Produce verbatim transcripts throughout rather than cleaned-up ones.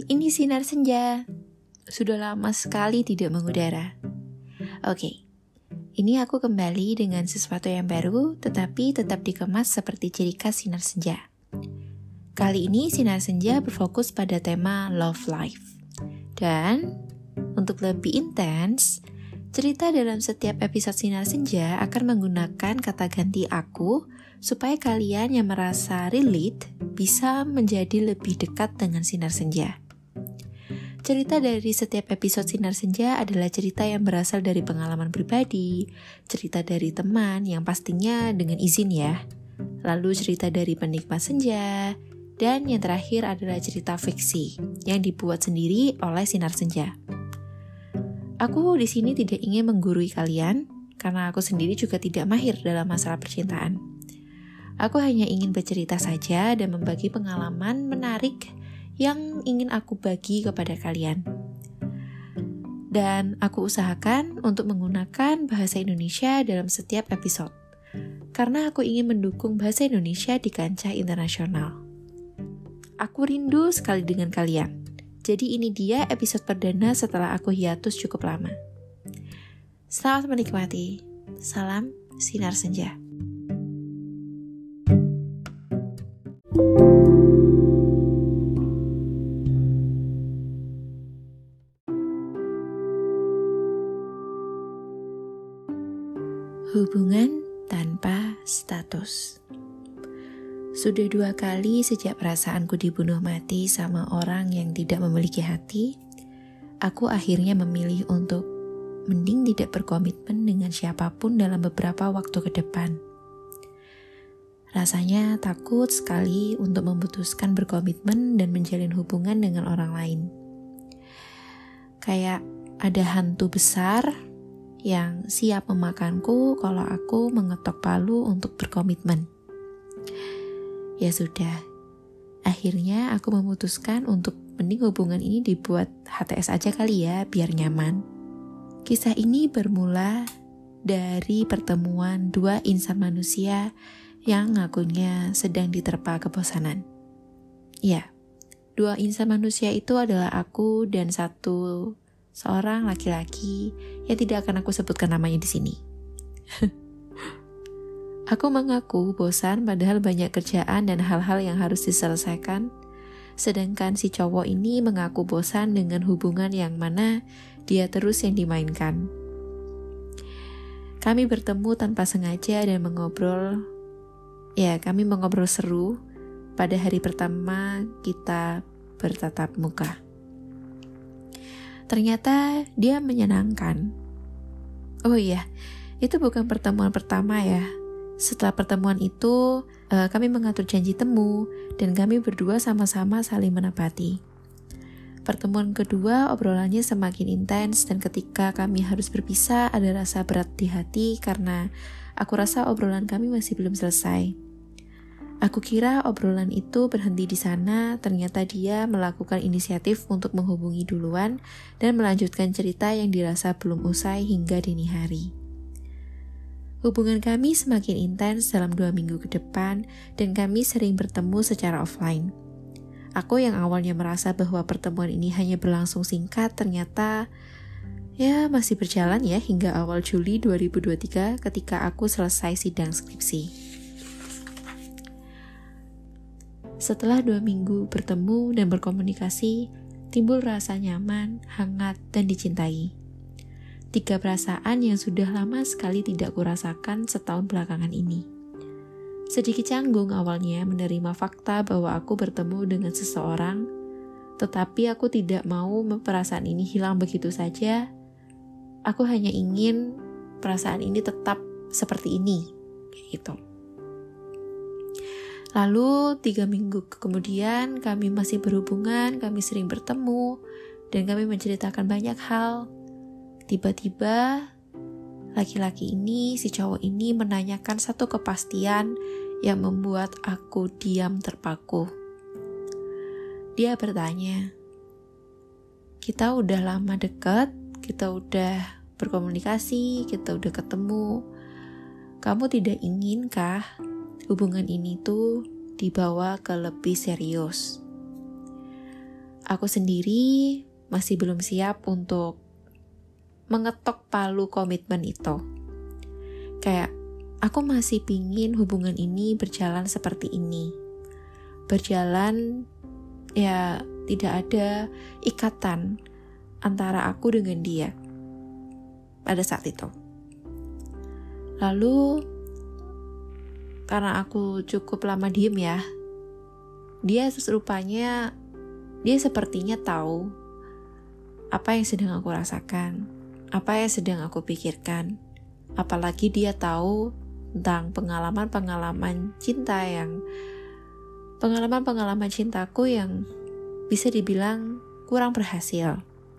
ini Sinar Senja. Sudah lama sekali tidak mengudara. Oke, ini aku kembali dengan sesuatu yang baru, tetapi tetap dikemas seperti ciri khas Sinar Senja. Kali ini Sinar Senja berfokus pada tema love life. Dan untuk lebih intens, cerita dalam setiap episode Sinar Senja akan menggunakan kata ganti aku supaya kalian yang merasa relate bisa menjadi lebih dekat dengan Sinar Senja. Cerita dari setiap episode Sinar Senja adalah cerita yang berasal dari pengalaman pribadi, cerita dari teman yang pastinya dengan izin ya, lalu cerita dari penikmat senja, dan yang terakhir adalah cerita fiksi yang dibuat sendiri oleh Sinar Senja. Aku di sini tidak ingin menggurui kalian, karena aku sendiri juga tidak mahir dalam masalah percintaan. Aku hanya ingin bercerita saja dan membagi pengalaman menarik yang ingin aku bagi kepada kalian. Dan aku usahakan untuk menggunakan bahasa Indonesia dalam setiap episode, karena aku ingin mendukung bahasa Indonesia di kancah internasional. Aku rindu sekali dengan kalian. Jadi ini dia episode perdana setelah aku hiatus cukup lama. Selamat menikmati. Salam Sinar Senja. Hubungan tanpa status. Sudah dua kali sejak perasaanku dibunuh mati sama orang yang tidak memiliki hati, aku akhirnya memilih untuk mending tidak berkomitmen dengan siapapun dalam beberapa waktu ke depan. Rasanya takut sekali untuk memutuskan berkomitmen dan menjalin hubungan dengan orang lain. Kayak ada hantu besar yang siap memakanku kalau aku mengetok palu untuk berkomitmen. Ya sudah, akhirnya aku memutuskan untuk mending hubungan ini dibuat H T S aja kali ya, biar nyaman. Kisah ini bermula dari pertemuan dua insan manusia yang ngakunya sedang diterpa kebosanan. Ya, dua insan manusia itu adalah aku dan satu seorang laki-laki yang tidak akan aku sebutkan namanya di sini. Aku mengaku bosan padahal banyak kerjaan dan hal-hal yang harus diselesaikan, sedangkan si cowok ini mengaku bosan dengan hubungan yang mana dia terus yang dimainkan. Kami bertemu tanpa sengaja dan mengobrol, ya kami mengobrol seru pada hari pertama kita bertatap muka. Ternyata dia menyenangkan. Oh iya, itu bukan pertemuan pertama ya. Setelah pertemuan itu, uh, kami mengatur janji temu, dan kami berdua sama-sama saling menepati. Pertemuan kedua, obrolannya semakin intens, dan ketika kami harus berpisah, ada rasa berat di hati karena aku rasa obrolan kami masih belum selesai. Aku kira obrolan itu berhenti di sana, ternyata dia melakukan inisiatif untuk menghubungi duluan dan melanjutkan cerita yang dirasa belum usai hingga dini hari. Hubungan kami semakin intens dalam dua minggu ke depan dan kami sering bertemu secara offline. Aku yang awalnya merasa bahwa pertemuan ini hanya berlangsung singkat, ternyata ya masih berjalan ya hingga awal Juli dua ribu dua puluh tiga ketika aku selesai sidang skripsi. Setelah dua minggu bertemu dan berkomunikasi, timbul rasa nyaman, hangat, dan dicintai. Tiga perasaan yang sudah lama sekali tidak kurasakan setahun belakangan ini. Sedikit canggung awalnya menerima fakta bahwa aku bertemu dengan seseorang, tetapi aku tidak mau perasaan ini hilang begitu saja. Aku hanya ingin perasaan ini tetap seperti ini, kayak gitu. Lalu tiga minggu kemudian kami masih berhubungan, kami sering bertemu, dan kami menceritakan banyak hal. Tiba-tiba, laki-laki ini, si cowok ini menanyakan satu kepastian yang membuat aku diam terpaku. Dia bertanya, kita udah lama deket, kita udah berkomunikasi, kita udah ketemu. Kamu tidak inginkah hubungan ini tuh dibawa ke lebih serius? aku sendiri masih belum siap untuk mengetok palu komitmen itu. Kayak aku masih pingin hubungan ini berjalan seperti ini. Berjalan ya tidak ada ikatan antara aku dengan dia pada saat itu. Lalu karena aku cukup lama diem ya, dia rupanya dia sepertinya tahu apa yang sedang aku rasakan, apa yang sedang aku pikirkan. Apalagi dia tahu tentang pengalaman-pengalaman cinta yang pengalaman-pengalaman cintaku yang bisa dibilang kurang berhasil.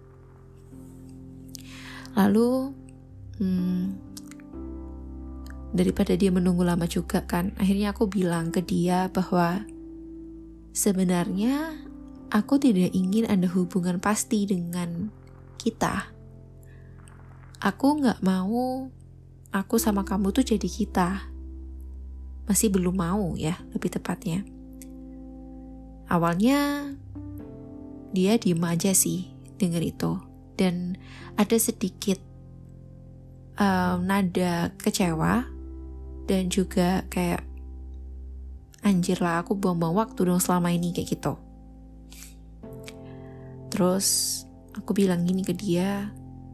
Lalu hmm, daripada dia menunggu lama juga kan, akhirnya aku bilang ke dia bahwa sebenarnya aku tidak ingin ada hubungan pasti dengan kita. Aku gak mau aku sama kamu tuh jadi kita. Masih belum mau ya, lebih tepatnya. Awalnya dia diem aja sih denger itu. Dan ada sedikit um, nada kecewa. Dan juga kayak, anjir lah aku buang-buang waktu dong selama ini kayak gitu. Terus aku bilang gini ke dia,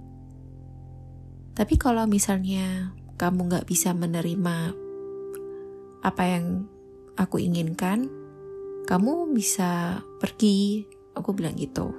tapi kalau misalnya kamu gak bisa menerima apa yang aku inginkan, kamu bisa pergi. Aku bilang gitu.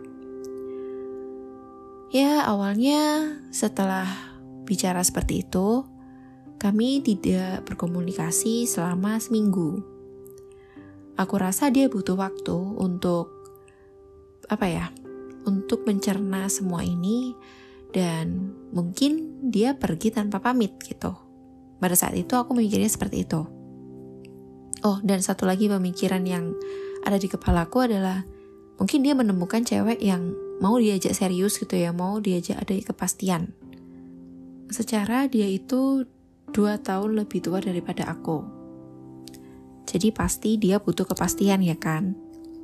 Ya awalnya setelah bicara seperti itu, kami tidak berkomunikasi selama seminggu. Aku rasa dia butuh waktu untuk apa ya, untuk mencerna semua ini. Dan mungkin dia pergi tanpa pamit gitu. Pada saat itu aku mikirnya seperti itu. Oh, dan satu lagi pemikiran yang ada di kepalaku adalah mungkin dia menemukan cewek yang mau diajak serius gitu ya, mau diajak ada kepastian. Secara dia itu dua tahun lebih tua daripada aku. Jadi pasti dia butuh kepastian ya kan.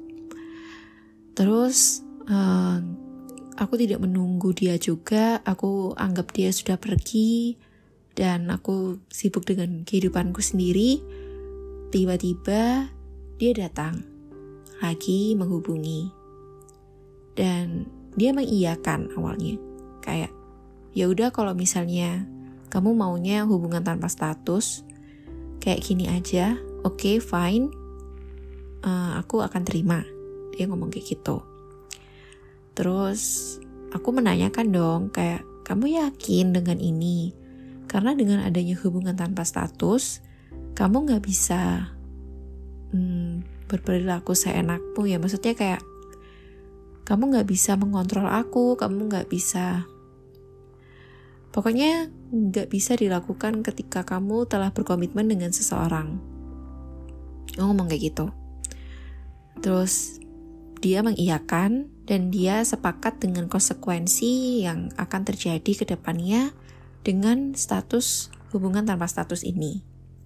Terus um, aku tidak menunggu dia juga, aku anggap dia sudah pergi, dan aku sibuk dengan kehidupanku sendiri. Tiba-tiba dia datang, lagi menghubungi. Dan dia mengiyakan awalnya, kayak, ya udah kalau misalnya kamu maunya hubungan tanpa status, kayak gini aja, oke okay, fine, uh, aku akan terima. Dia ngomong kayak gitu. Terus aku menanyakan dong, kayak kamu yakin dengan ini? Karena dengan adanya hubungan tanpa status, kamu gak bisa hmm, berperilaku seenakmu ya. Maksudnya kayak kamu gak bisa mengontrol aku, kamu gak bisa, pokoknya gak bisa dilakukan ketika kamu telah berkomitmen dengan seseorang. Aku ngomong kayak gitu. Terus dia mengiyakan dan dia sepakat dengan konsekuensi yang akan terjadi ke depannya dengan status hubungan tanpa status ini.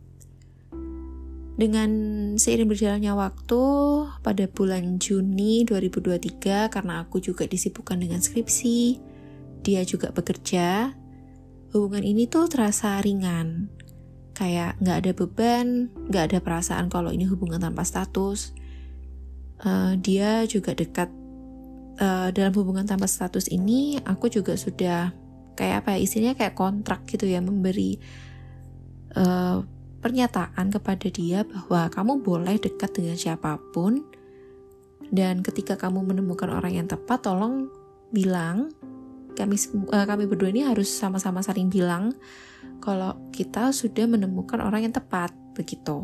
Dengan seiring berjalannya waktu, pada bulan Juni dua ribu dua puluh tiga, karena aku juga disibukkan dengan skripsi, dia juga bekerja, hubungan ini tuh terasa ringan. Kayak gak ada beban, gak ada perasaan kalau ini hubungan tanpa status. Uh, dia juga dekat uh, dalam hubungan tanpa status ini. Aku juga sudah kayak apa ya, istilahnya kayak kontrak gitu ya, memberi uh, pernyataan kepada dia bahwa kamu boleh dekat dengan siapapun, dan ketika kamu menemukan orang yang tepat, tolong bilang. Kami uh, kami berdua ini harus sama-sama saling bilang kalau kita sudah menemukan orang yang tepat, begitu.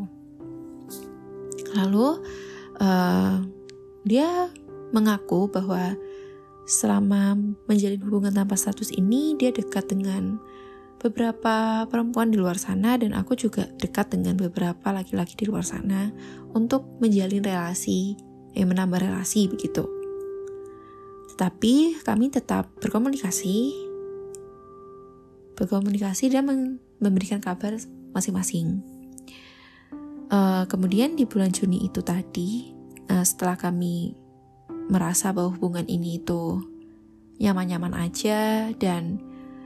Lalu Uh, dia mengaku bahwa selama menjalin hubungan tanpa status ini, dia dekat dengan beberapa perempuan di luar sana, dan aku juga dekat dengan beberapa laki-laki di luar sana untuk menjalin relasi, eh, menambah relasi begitu. Tetapi kami tetap berkomunikasi, berkomunikasi dan memberikan kabar masing-masing. Uh, kemudian di bulan Juni itu tadi, uh, setelah kami merasa bahwa hubungan ini itu nyaman-nyaman aja dan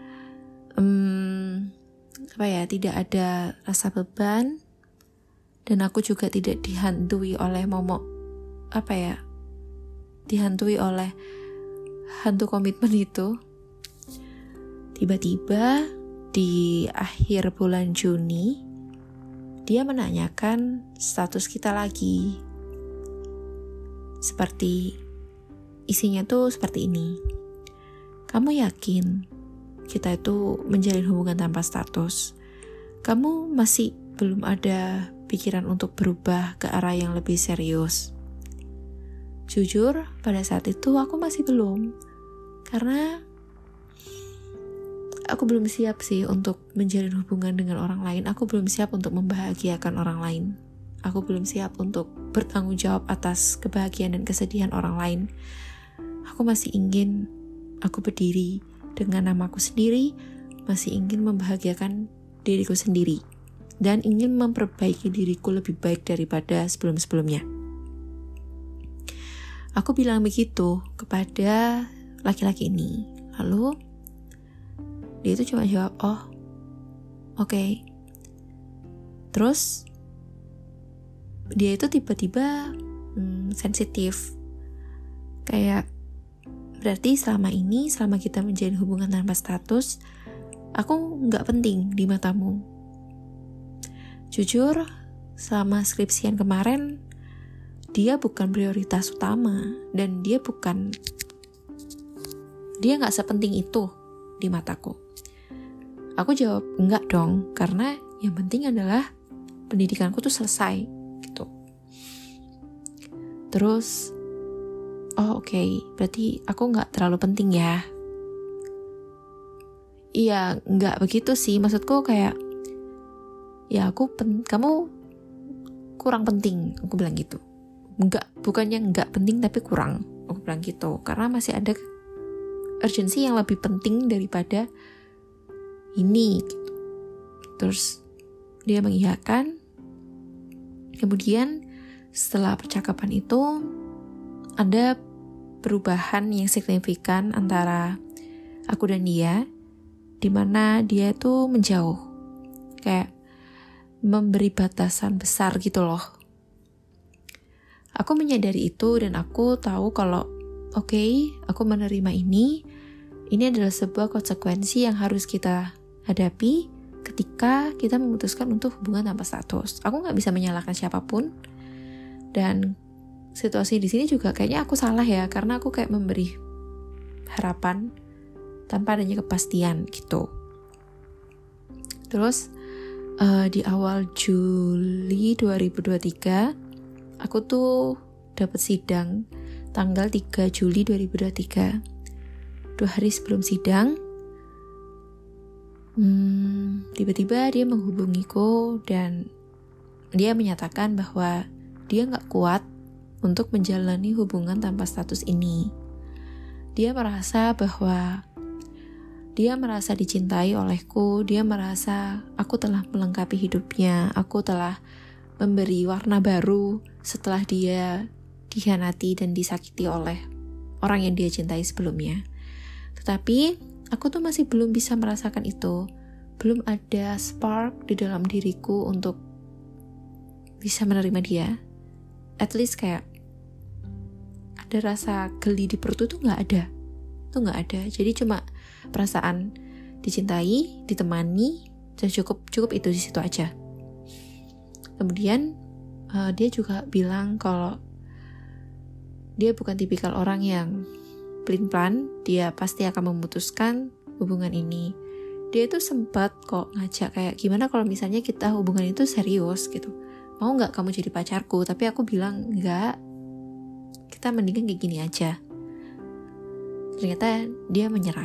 um, apa ya, tidak ada rasa beban, dan aku juga tidak dihantui oleh momok apa ya, dihantui oleh hantu komitmen itu. Tiba-tiba di akhir bulan Juni dia menanyakan status kita lagi. Seperti isinya tuh seperti ini. Kamu yakin kita itu menjalin hubungan tanpa status? Kamu masih belum ada pikiran untuk berubah ke arah yang lebih serius? Jujur, pada saat itu aku masih belum. Karena aku belum siap sih untuk menjalin hubungan dengan orang lain. Aku belum siap untuk membahagiakan orang lain. Aku belum siap untuk bertanggung jawab atas kebahagiaan dan kesedihan orang lain. Aku masih ingin aku berdiri dengan namaku sendiri, masih ingin membahagiakan diriku sendiri, dan ingin memperbaiki diriku lebih baik daripada sebelum-sebelumnya. Aku bilang begitu kepada laki-laki ini. Lalu dia itu cuma jawab, oh oke okay. Terus dia itu tiba-tiba hmm, sensitif. Kayak berarti selama ini, selama kita menjalin hubungan tanpa status, aku gak penting di matamu. Jujur, selama skripsian kemarin, dia bukan prioritas utama, dan dia bukan, dia gak sepenting itu di mataku. Aku jawab, enggak dong, karena yang penting adalah pendidikanku tuh selesai, gitu. Terus, oh oke, okay, berarti aku gak terlalu penting ya. Iya, gak begitu sih, maksudku kayak, ya aku, pen- kamu kurang penting, aku bilang gitu. Enggak, bukannya gak penting tapi kurang, aku bilang gitu. Karena masih ada urgensi yang lebih penting daripada ini, gitu. Terus dia mengiyakan. Kemudian setelah percakapan itu ada perubahan yang signifikan antara aku dan dia, dimana dia itu menjauh, kayak memberi batasan besar gitu loh. Aku menyadari itu dan aku tahu kalau oke, okay, aku menerima ini. Ini adalah sebuah konsekuensi yang harus kita hadapi ketika kita memutuskan untuk hubungan tanpa status. Aku nggak bisa menyalahkan siapapun, dan situasi di sini juga kayaknya aku salah ya, karena aku kayak memberi harapan tanpa adanya kepastian gitu. Terus uh, di awal Juli dua ribu dua puluh tiga aku tuh dapat sidang tanggal tiga Juli dua ribu dua puluh tiga. Dua hari sebelum sidang, hmm, tiba-tiba dia menghubungiku dan dia menyatakan bahwa dia gak kuat untuk menjalani hubungan tanpa status ini. Dia merasa bahwa dia merasa dicintai olehku, dia merasa aku telah melengkapi hidupnya, aku telah memberi warna baru setelah dia dikhianati dan disakiti oleh orang yang dia cintai sebelumnya. Tetapi aku tuh masih belum bisa merasakan itu. Belum ada spark di dalam diriku untuk bisa menerima dia. At least kayak ada rasa geli di perut itu gak ada. Itu gak ada. Jadi cuma perasaan dicintai, ditemani, dan cukup cukup itu di situ aja. Kemudian uh, dia juga bilang kalau dia bukan tipikal orang yang pelin-pelan, dia pasti akan memutuskan hubungan ini. Dia itu sempat kok ngajak kayak, gimana kalau misalnya kita hubungan itu serius gitu, mau gak kamu jadi pacarku? Tapi aku bilang, enggak, kita mendingan kayak gini aja. Ternyata dia menyerah.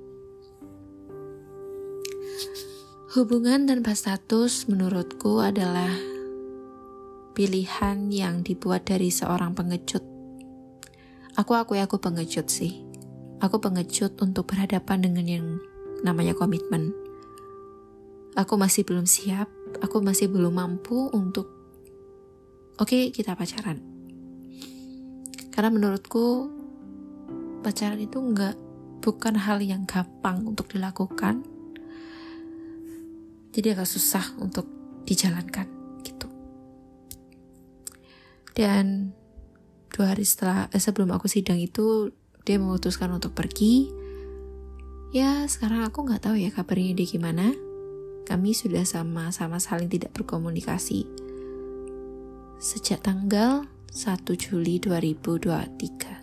Hubungan tanpa status menurutku adalah pilihan yang dibuat dari seorang pengecut. Aku akui aku pengecut sih. Aku pengecut untuk berhadapan dengan yang namanya komitmen. Aku masih belum siap, aku masih belum mampu untuk oke, okay, kita pacaran. Karena menurutku pacaran itu nggak bukan hal yang gampang untuk dilakukan, jadi agak susah untuk dijalankan gitu. Dan dua hari setelah eh, sebelum aku sidang itu dia memutuskan untuk pergi. Ya sekarang aku nggak tahu ya kabarnya dia gimana. Kami sudah sama-sama saling tidak berkomunikasi sejak tanggal satu Juli dua ribu dua puluh tiga.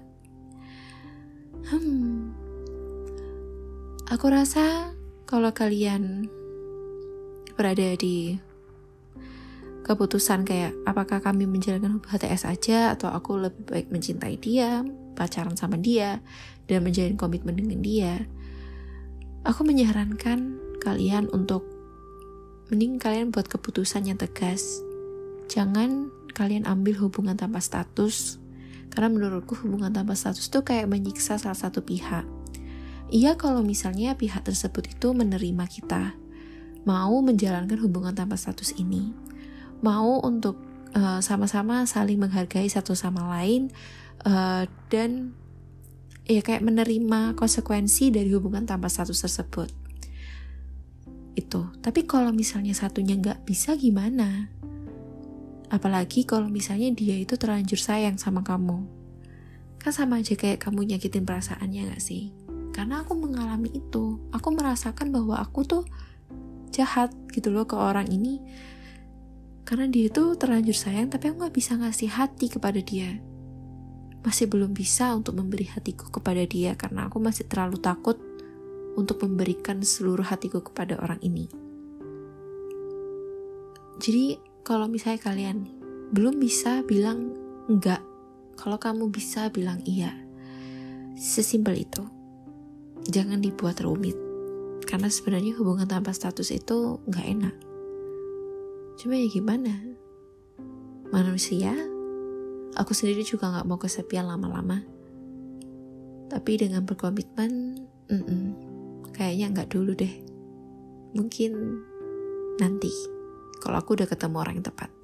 Hmm, aku rasa kalau kalian berada di keputusan kayak apakah kami menjalankan hubungan H T S aja atau aku lebih baik mencintai dia, pacaran sama dia, dan menjalin komitmen dengan dia, aku menyarankan kalian untuk mending kalian buat keputusan yang tegas. Jangan kalian ambil hubungan tanpa status, karena menurutku hubungan tanpa status itu kayak menyiksa salah satu pihak. Iya kalau misalnya pihak tersebut itu menerima kita, mau menjalankan hubungan tanpa status ini, mau untuk uh, sama-sama saling menghargai satu sama lain, uh, dan ya kayak menerima konsekuensi dari hubungan tanpa status tersebut. Itu. Tapi kalau misalnya satunya nggak bisa gimana? Apalagi kalau misalnya dia itu terlanjur sayang sama kamu. Kan sama aja kayak kamu nyakitin perasaannya gak sih? Karena aku mengalami itu. Aku merasakan bahwa aku tuh jahat gitu loh ke orang ini. Karena dia itu terlanjur sayang, tapi aku gak bisa ngasih hati kepada dia. Masih belum bisa untuk memberi hatiku kepada dia, karena aku masih terlalu takut untuk memberikan seluruh hatiku kepada orang ini. Jadi kalau misalnya kalian belum bisa bilang enggak, kalau kamu bisa bilang iya. Sesimpel itu. Jangan dibuat rumit. Karena sebenarnya hubungan tanpa status itu enggak enak. Cuma ya gimana? Manusia, aku sendiri juga enggak mau kesepian lama-lama. Tapi dengan berkomitmen, mm-mm, kayaknya enggak dulu deh. Mungkin nanti. Kalau aku udah ketemu orang yang tepat.